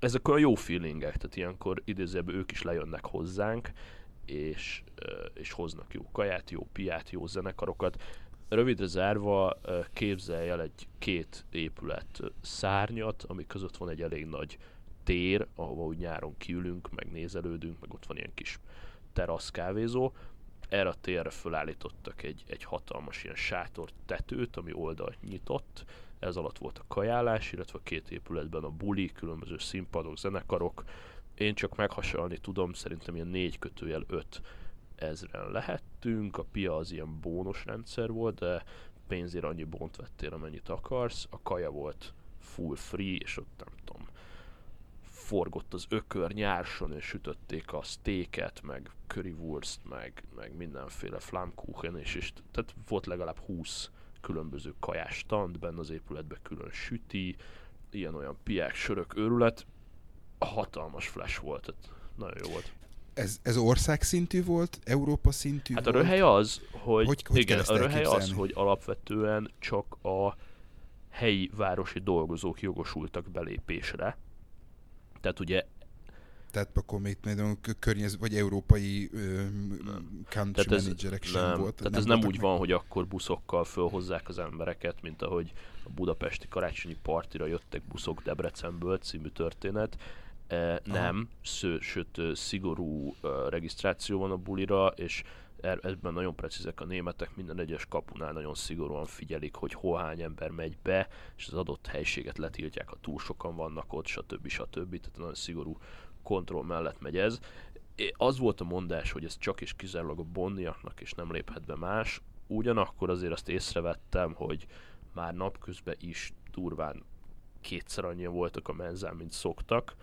ezek olyan jó feelingek, tehát ilyenkor idézőjelben ők is lejönnek hozzánk, és hoznak jó kaját, jó piát, jó zenekarokat. Rövidre zárva képzelj el egy 2 épület szárnyat, ami között van egy elég nagy tér, ahova úgy nyáron kiülünk, meg nézelődünk, meg ott van ilyen kis terasz kávézó. Erre a térre fölállítottak egy hatalmas ilyen sátor tetőt, ami oldalt nyitott. Ez alatt volt a kajálás, illetve a 2 épületben a buli, különböző színpadok, zenekarok. Én csak meghasalni tudom, szerintem ilyen 4-5 ezren lehettünk. A PIA az ilyen bónus rendszer volt, de pénzért annyi bont vettél, amennyit akarsz. A kaja volt full free, és ott nem tudom, forgott az ökör nyárson, és sütötték a steaket, meg currywurst, meg mindenféle flammkuchen, és tehát volt legalább 20 különböző kajás stand, benne az épületben külön süti, ilyen-olyan piák, sörök, őrület. Hatalmas flash volt, tehát nagyon jó volt. Ez országszintű volt? Európa szintű hát volt? A röhely az, hogy igen, a röhely elképzelni? az, hogy alapvetően csak a helyi városi dolgozók jogosultak belépésre. Tehát ugye tehát akkor még vagy európai country managerek sem volt. Tehát ez nem úgy van, hogy akkor buszokkal fölhozzák az embereket, mint ahogy a budapesti karácsonyi partira jöttek buszok Debrecenből című történet. Nem, sőt szigorú regisztráció van a bulira, és ebben nagyon precízek a németek, minden egyes kapunál nagyon szigorúan figyelik, hogy hol hány ember megy be, és az adott helységet letiltják, ha túl sokan vannak ott, stb. Tehát nagyon szigorú kontroll mellett megy ez. Az volt a mondás, hogy ez csak és kizárólag a bonniaknak, és nem léphet be más. Ugyanakkor azért azt észrevettem, hogy már napközben is durván 2-szer annyian voltak a menzán, mint szoktak,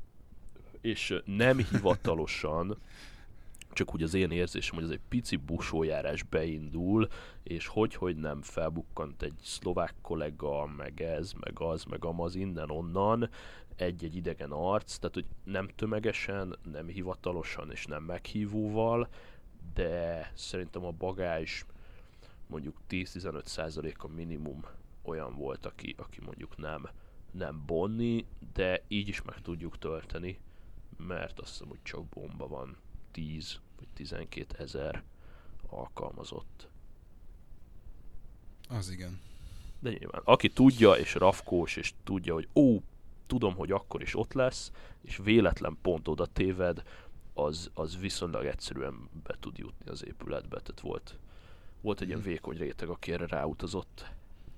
és nem hivatalosan, csak úgy az én érzésem, hogy ez egy pici busójárás beindul, és hogy nem felbukkant egy szlovák kollega, meg ez, meg az, meg amaz, innen-onnan, egy idegen arc, tehát hogy nem tömegesen, nem hivatalosan és nem meghívóval, de szerintem a bagázs mondjuk 10-15%-a minimum olyan volt, aki mondjuk nem bonni, de így is meg tudjuk tölteni, mert azt hiszem, hogy csak bomba van 10 vagy 12 ezer alkalmazott. Az igen. De nyilván, aki tudja, és rafkós, és tudja, hogy tudom, hogy akkor is ott lesz, és véletlen pont oda téved, az viszonylag egyszerűen be tud jutni az épületbe. Tehát volt egy ilyen vékony réteg, aki erre ráutazott.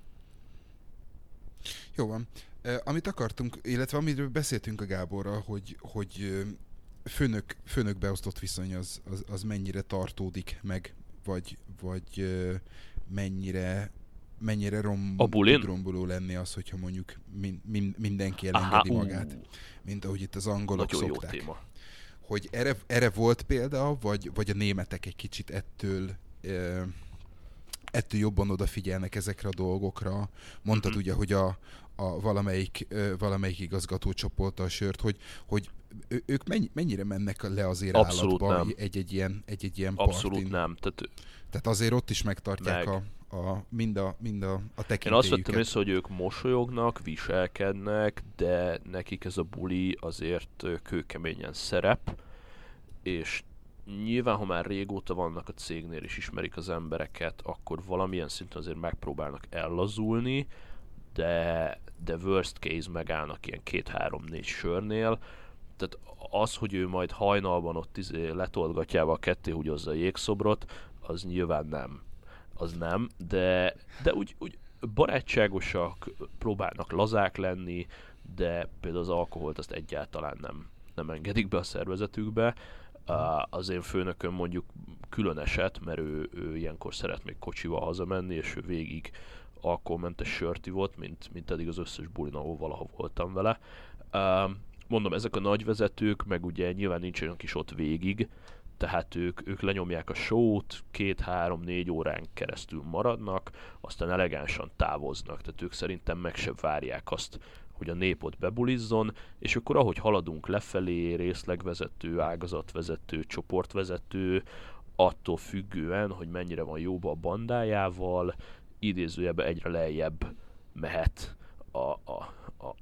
Jó van. Amit akartunk, illetve amiről beszéltünk a Gáborral, hogy főnök beosztott viszony az mennyire tartódik meg, vagy mennyire tud romboló lenni az, hogyha mondjuk mindenki elengedi magát, mint ahogy itt az angolok nagyon szokták. Jó téma. Hogy erre volt példa, vagy a németek egy kicsit ettől jobban odafigyelnek ezekre a dolgokra. Mondtad ugye, hogy a valamelyik igazgatócsoporttal a sört, hogy ők mennyire mennek le azért abszolút állatba nem. egy-egy ilyen abszolút partin. nem. Tehát azért ott is megtartják mind a tekintélyüket. Én azt vettem észre, hogy ők mosolyognak, viselkednek, de nekik ez a buli azért kőkeményen szerep, és nyilván, ha már régóta vannak a cégnél és ismerik az embereket, akkor valamilyen szinten azért megpróbálnak ellazulni, de worst case megállnak ilyen 2-3-4 sörnél. Tehát az, hogy ő majd hajnalban ott letolgatjával kettéhúgyozza a jégszobrot, az nyilván nem. Az nem, de úgy barátságosak, próbálnak lazák lenni, de például az alkoholt azt egyáltalán nem engedik be a szervezetükbe. Az én főnököm mondjuk külön eset, mert ő ilyenkor szeret még kocsival hazamenni, és ő végig alkoholmentes sört ivott, mint eddig az összes bulin, ahol valaha voltam vele. Mondom, ezek a nagyvezetők, meg ugye nyilván nincs olyan kis ott végig, tehát ők lenyomják a show-t, 2-3-4 órán keresztül maradnak, aztán elegánsan távoznak, tehát ők szerintem meg se várják azt, hogy a nép ott bebulizzon, és akkor ahogy haladunk lefelé, részlegvezető, ágazatvezető, csoportvezető, attól függően, hogy mennyire van jóba a bandájával, idézőjebe egyre lejjebb mehet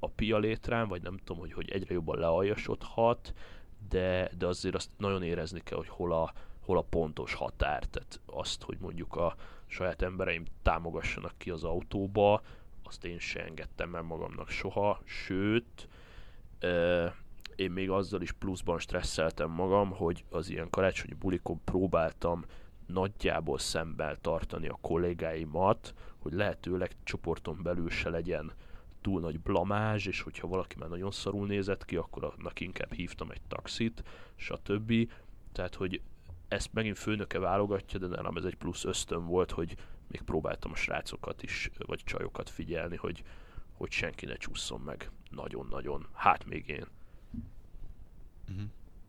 a pia létrán, vagy nem tudom, hogy egyre jobban lealjasodhat, de azért azt nagyon érezni kell, hogy hol a pontos határ. Tehát azt, hogy mondjuk a saját embereim támogassanak ki az autóba, azt én se engedtem el magamnak soha, sőt, én még azzal is pluszban stresszeltem magam, hogy az ilyen karácsonyi bulikon próbáltam nagyjából szemben tartani a kollégáimat, hogy lehetőleg csoporton belül se legyen túl nagy blamázs, és hogyha valaki már nagyon szarul nézett ki, akkor annak inkább hívtam egy taxit, stb. Tehát, hogy ezt megint főnöke válogatja, de nálam ez egy plusz ösztön volt, hogy még próbáltam a srácokat is, vagy csajokat figyelni, hogy senki ne csúszson meg nagyon-nagyon. Hát még én. Uh-huh.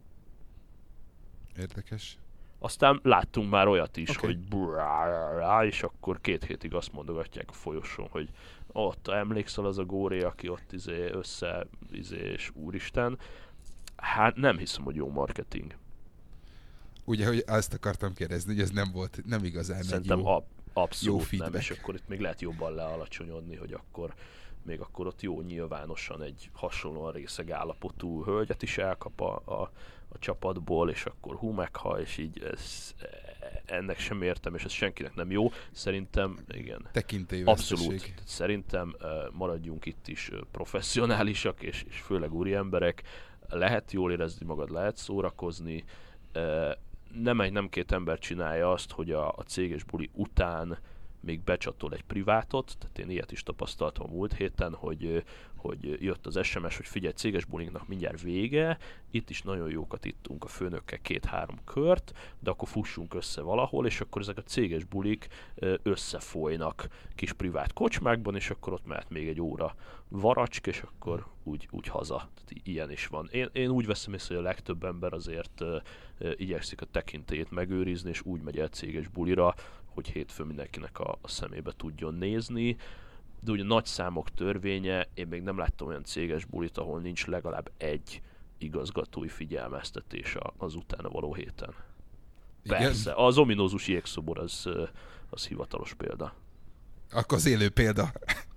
Érdekes. Aztán láttunk már olyat is, hogy és akkor 2 hétig azt mondogatják a folyosón, hogy ott emlékszel az a góré, aki ott és úristen. Hát nem hiszem, hogy jó marketing. Ugye, hogy azt akartam kérdezni, hogy ez nem igazán szerintem egy jó, abszolút jó feedback. Nem, és akkor itt még lehet jobban lealacsonyodni, hogy akkor ott jó nyilvánosan egy hasonlóan részeg állapotú hölgyet is elkap a csapatból, és akkor megha, és így ennek sem értem, és ez senkinek nem jó. Szerintem, igen. Tekintélyveszteség. Abszolút. Szerintem maradjunk itt is professzionálisak, és főleg úriemberek. Lehet jól érezni magad, lehet szórakozni. Nem 2 ember csinálja azt, hogy a céges buli után még becsatol egy privátot, tehát én ilyet is tapasztaltam a múlt héten, hogy jött az SMS, hogy figyelj, céges bulinknak mindjárt vége, itt is nagyon jókat ittunk a főnökkel 2-3 kört, de akkor fussunk össze valahol, és akkor ezek a céges bulik összefolynak kis privát kocsmákban, és akkor ott mehet még egy óra varacsk, és akkor úgy haza. Tehát ilyen is van. Én úgy veszem észre, hogy a legtöbb ember azért igyekszik a tekintélyét megőrizni, és úgy megy el céges bulira, hogy hétfőn mindenkinek a szemébe tudjon nézni. De ugye nagy számok törvénye, én még nem láttam olyan céges bulit, ahol nincs legalább egy igazgatói figyelmeztetés az utána való héten. Igen? Persze, az ominózus jégszobor az hivatalos példa. Akkor az élő példa.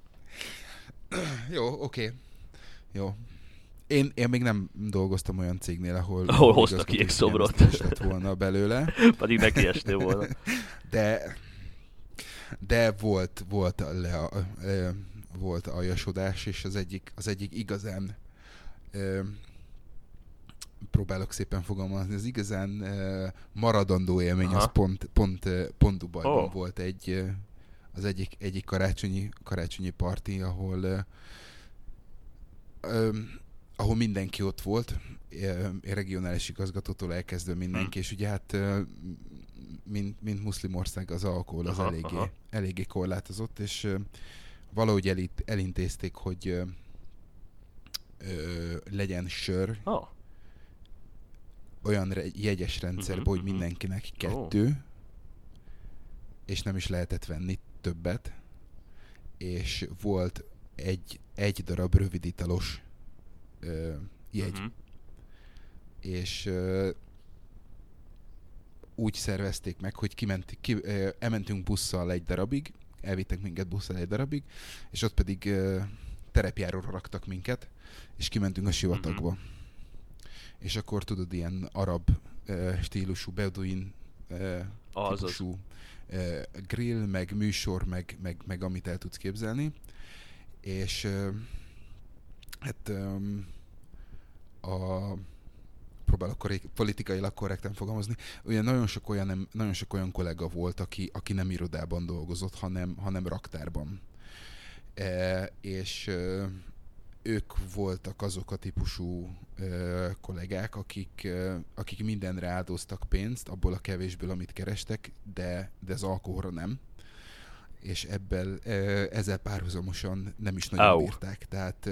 Jó, oké. Jó. Én még nem dolgoztam olyan cégnél, ahol hoztak jégszobrot. Lett volna belőle. Pedig neki estél volna. De volt aljasodás, és az egyik igazán próbálok szépen fogalmazni, az igazán maradandó élmény, az pont Dubajban volt az egyik karácsonyi parti, ahol mindenki ott volt, regionális igazgatótól elkezdve mindenki, és ugye hát mint muszlim ország az alkohol az eléggé korlátozott, és valahogy elintézték, hogy legyen sör, olyan jegyes rendszerben, hogy mindenkinek 2, és nem is lehetett venni többet, és volt egy darab röviditalos jegy. És úgy szervezték meg, hogy elmentünk busszal egy darabig, elvittek minket busszal egy darabig, és ott pedig terepjáróra raktak minket, és kimentünk a sivatagba. És akkor tudod, ilyen arab stílusú, beduin típusú grill, meg műsor, meg amit el tudsz képzelni. És hát próbálok politikailag korrekten fogalmazni. Ugye nagyon sok olyan kollega volt, aki nem irodában dolgozott, hanem raktárban. És ők voltak azok a típusú kollégák, akik mindenre áldoztak pénzt, abból a kevésből, amit kerestek, de az alkoholra nem. És ezzel párhuzamosan nem is nagyon bírták. Tehát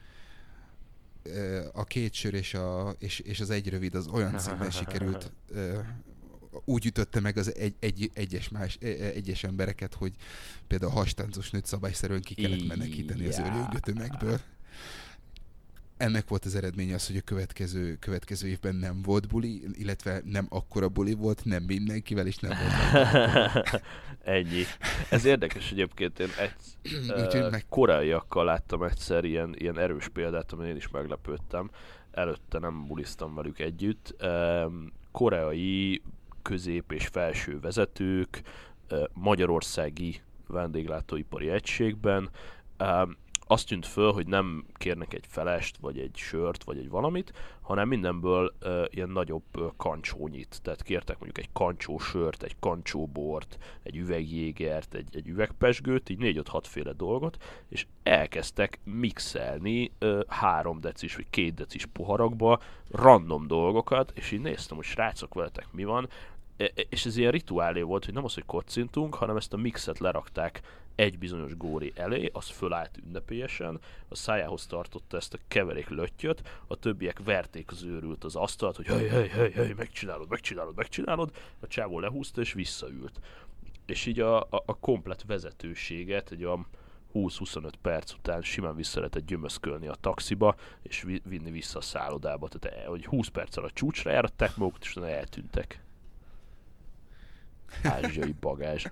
a 2 sör és az egy rövid az olyan szinten sikerült, úgy ütötte meg az egyes embereket, hogy például a hastáncos nőt szabályszerűen ki kellett menekíteni az őrjöngő tömegből. ennek volt az eredménye az, hogy a következő évben nem volt buli, illetve nem akkora buli volt, nem mindenkivel, és nem volt. Ennyi. Ez érdekes egyébként, én koreaiakkal láttam egyszer ilyen erős példát, amin én is meglepődtem. Előtte nem buliztam velük együtt. Koreai közép- és felső vezetők magyarországi vendéglátóipari egységben. Azt tűnt föl, hogy nem kérnek egy felest, vagy egy sört, vagy egy valamit, hanem mindenből ilyen nagyobb kancsónyit. Tehát kértek mondjuk egy kancsó sört, egy kancsó bort, egy üvegjégert, egy üvegpezsgőt, így 4-5-6 féle dolgot, és elkezdtek mixelni 3 decis vagy 2 decis poharakba random dolgokat, és így néztem, hogy srácok, veletek mi van, és ez ilyen rituálé volt, hogy nem az, hogy kocintunk, hanem ezt a mixet lerakták egy bizonyos góri elé, az fölállt ünnepélyesen, a szájához tartotta ezt a keverék löttyöt, a többiek verték az őrült az asztalt, hogy hely, megcsinálod, a csávó lehúzta és visszaült. És így a komplet vezetőséget egy a 20-25 perc után simán vissza lehetett gyömöszkölni a taxiba, és vinni vissza a szállodába. Tehát hogy 20 perccel a csúcsra járatták magukat, és utána eltűntek. Ázsiai bagázs.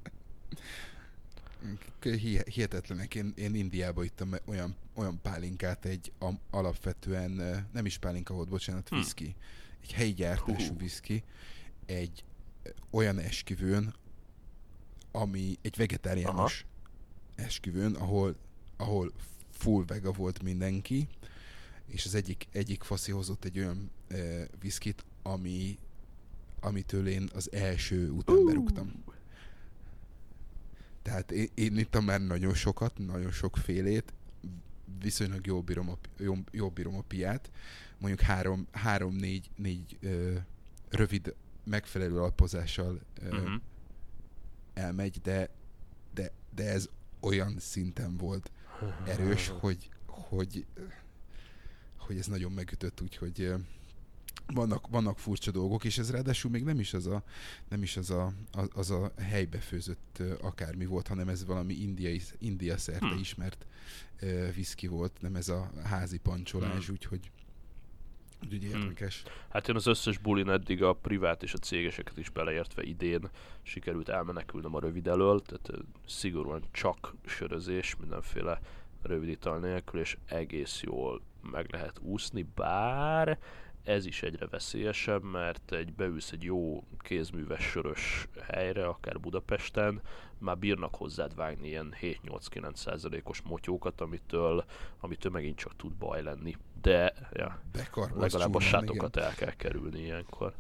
Hihetetlenek. Én Indiába ittam olyan pálinkát, alapvetően nem is pálinka volt, bocsánat, whisky. Egy helyi gyártású whisky, egy olyan esküvőn, ami egy vegetáriánus esküvőn, ahol full vega volt mindenki, és az egyik faszi hozott egy olyan whiskyt, amitől én az első után berúgtam. Tehát én ittam már nagyon sokat, nagyon sokfélét, viszonylag jól bírom a piát. Mondjuk 3-4 rövid, megfelelő alpozással elmegy, de ez olyan szinten volt erős, hogy ez nagyon megütött, úgyhogy vannak furcsa dolgok, és ez ráadásul még nem is az a helybe főzött akármi volt, hanem ez valami India szerte ismert whisky volt, nem ez a házi pancsolás, úgyhogy érdekes. Hát én az összes bulin eddig a privát és a cégeseket is beleértve idén sikerült elmenekülnöm a rövid elől, tehát szigorúan csak sörözés, mindenféle rövid ital nélkül, és egész jól meg lehet úszni, bár ez is egyre veszélyesebb, mert beülsz egy jó kézműves sörös helyre, akár Budapesten, már bírnak hozzád vágni ilyen 7-8-9%-os motyókat, amitől megint csak tud baj lenni. De ja, legalább a sátokat el kell kerülni ilyenkor.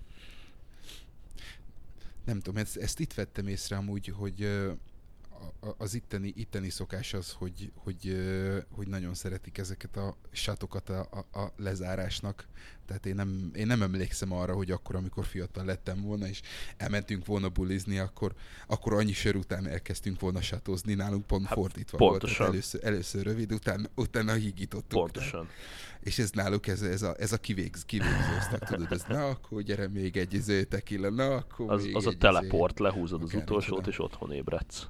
Nem tudom, ezt itt vettem észre amúgy, hogy az itteni szokás az, hogy nagyon szeretik ezeket a sátokat a lezárásnak. Tehát én nem emlékszem arra, hogy akkor, amikor fiatal lettem volna, és elmentünk volna bulizni, akkor annyi sör után elkezdtünk volna sátozni. Nálunk pont fordítva pontosan volt. Először rövid, utána hígítottuk. Pontosan. És ez náluk ez a kivégzőztek, tudod, ez na, akkor gyere még egy tequila, na, akkor az a teleport, lehúzod az utolsót, és otthon ébredsz.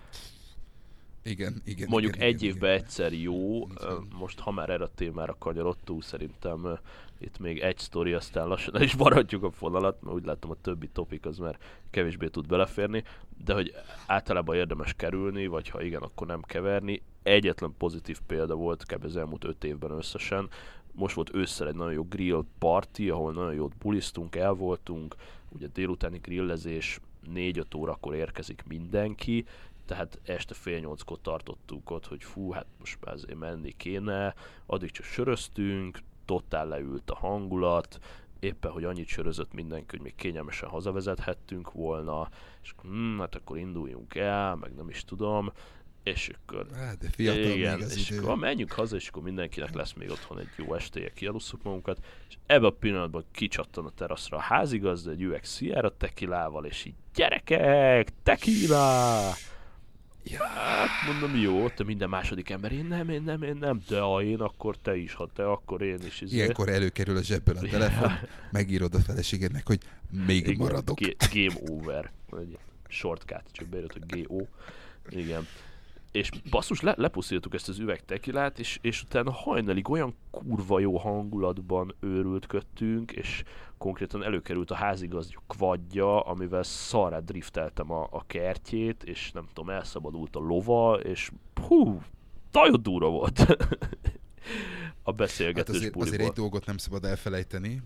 Igen. Mondjuk egy évben egyszer jó, most ha már erre a témára kanyarodtunk, szerintem itt még egy sztori, aztán lassan el is maradjuk a fonalat, mert úgy látom a többi topik az már kevésbé tud beleférni, de hogy általában érdemes kerülni, vagy ha igen, akkor nem keverni. Egyetlen pozitív példa volt kb. Az elmúlt 5 évben összesen. Most volt ősszel egy nagyon jó grill party, ahol nagyon jót buliztunk, el voltunk, ugye délutáni grillezés, 4-5 órakor érkezik mindenki, tehát este 7:30-kor tartottuk ott, hogy hát most már azért menni kéne, addig csak söröztünk, totál leült a hangulat, éppen, hogy annyit sörözött mindenki, hogy még kényelmesen hazavezethettünk volna, és hát akkor induljunk el, meg nem is tudom, és akkor de fiatal igen, és akkor menjünk haza, és akkor mindenkinek lesz még otthon egy jó estéje, kialusszuk magunkat, és ebben a pillanatban kicsattan a teraszra a házigazda egy üveg Sierra tequilával, és így gyerekek, tequila! Ja, hát mondom, jó, te minden második ember, én nem, de ha én, akkor te is, ha te, akkor én is. Ilyenkor előkerül a zsebből a telefon, megírod a feleségednek, hogy még igen, maradok. Game over, egy shortcut, csak beírod, hogy GO. Igen. És basszus, lepusztítottük ezt az üveg tekilát, és utána hajnalig olyan kurva jó hangulatban őrültködtünk, és konkrétan előkerült a házigazda quadja, amivel szarrá drifteltem a kertjét, és nem tudom, elszabadult a lova, és nagyon durva volt a beszélgetés hát azért egy dolgot nem szabad elfelejteni.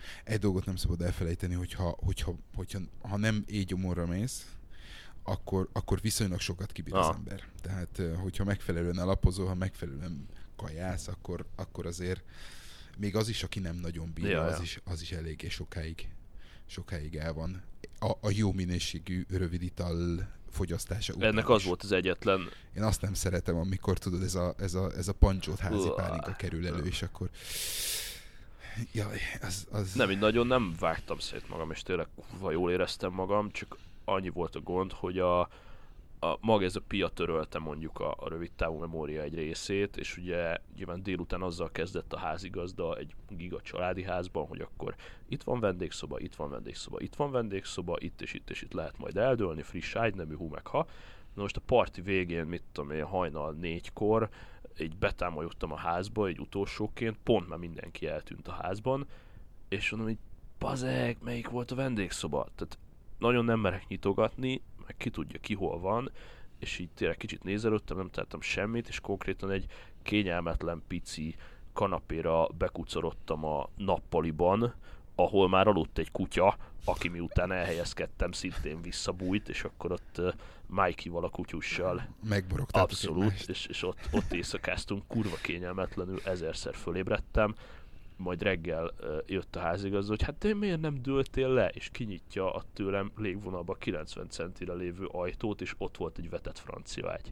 Hogyha nem éjgyomorra mész, akkor viszonylag sokat kibír az ember. Tehát, hogyha megfelelően alapozol, ha megfelelően kajász, akkor azért még az is, aki nem nagyon bírja, az is eléggé sokáig el van. A jó minőségű rövid ital fogyasztása után. Ennek az volt az egyetlen... Én azt nem szeretem, amikor tudod, ez a pancsót házi pálinka kerül elő, és akkor... Jaj, az... Nem, így nagyon nem vágtam szét magam, és tényleg kurva jól éreztem magam, csak annyi volt a gond, hogy maga ez a pia törölte mondjuk a rövid távú memória egy részét, és ugye nyilván délután azzal kezdett a házigazda egy giga családi házban, hogy akkor itt van vendégszoba, itt van vendégszoba, itt van vendégszoba, itt és itt és itt lehet majd eldőlni, friss ágynemű, hú meg ha. Na most a parti végén, mit tudom én, hajnal 4-kor így betámolyogtam a házba, egy utolsóként, pont már mindenki eltűnt a házban, és mondom, hogy bazeg, melyik volt a vendégszoba? Tehát nagyon nem merek nyitogatni, meg ki tudja ki hol van, és így tényleg kicsit nézelődtem, nem tettem semmit, és konkrétan egy kényelmetlen pici kanapéra bekucorodtam a nappaliban, ahol már aludt egy kutya, aki miután elhelyezkedtem, szintén visszabújt, és akkor ott Mikey-val, a kutyussal megborogtátok abszolút, és ott éjszakáztunk, kurva kényelmetlenül, 1000-szer fölébredtem, majd reggel jött a házigazda, hogy hát te miért nem dőltél le, és kinyitja a tőlem légvonalba 90 centire lévő ajtót, és ott volt egy vetett francia ágy.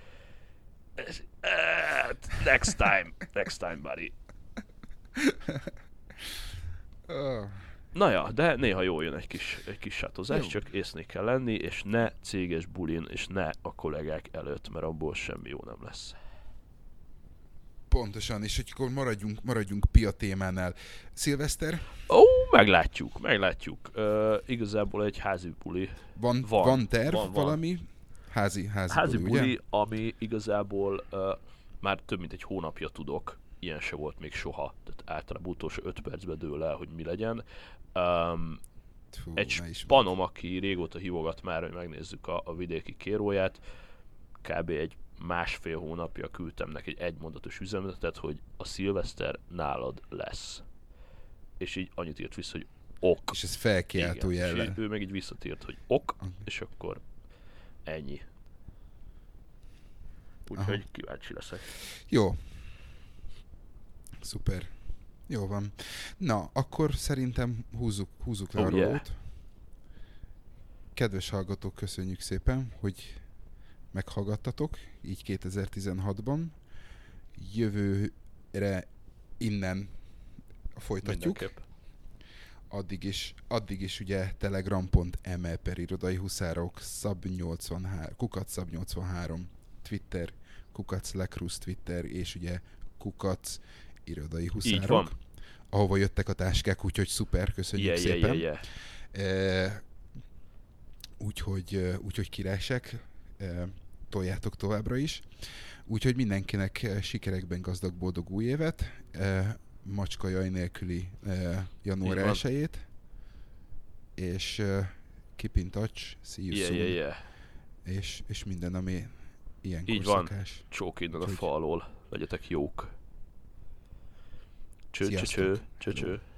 Next time, buddy. Na ja, de néha jól jön egy kis sátozás, csak észnél kell lenni, és ne céges bulin, és ne a kollégák előtt, mert abból semmi jó nem lesz. Pontosan, és akkor maradjunk Pia témánál. Szilveszter? Meglátjuk. Igazából egy házi buli. Van terv valami? Házi buli, ugye? Ami igazából már több mint egy hónapja tudok. Ilyen se volt még soha. Tehát általában utolsó 5 percben dől el, hogy mi legyen. Egy spanom, aki régóta hívogat már, hogy megnézzük a vidéki kéróját. Kb. egy 1,5 hónapja küldtem neki egy egymondatos üzenetet, hogy a szilveszter nálad lesz. És így annyit írt vissza, hogy ok. És ez felkiáltó jellem. És ő meg így visszatért, hogy ok, és akkor ennyi. Úgyhogy kíváncsi leszek. Jó. Szuper. Jó van. Na, akkor szerintem húzzuk le a rolót. Kedves hallgatók, köszönjük szépen, hogy meghallgattatok, így 2016-ban. Jövőre innen folytatjuk. Mindenképp. Addig is ugye telegram.me/irodai huszárok, @sub83, Twitter, @lecruz Twitter, és ugye @irodai huszárok. Így van. Ahova jöttek a táskák, úgyhogy szuper, köszönjük szépen. Úgyhogy királyság, toljátok továbbra is. Úgyhogy mindenkinek sikerekben gazdag, boldog új évet, macska jaj nélküli január 1-ét, és keep in touch, see you soon. És minden, ami ilyenkor így van. szokás. Csók innen a fa alól, legyetek jók. Cső.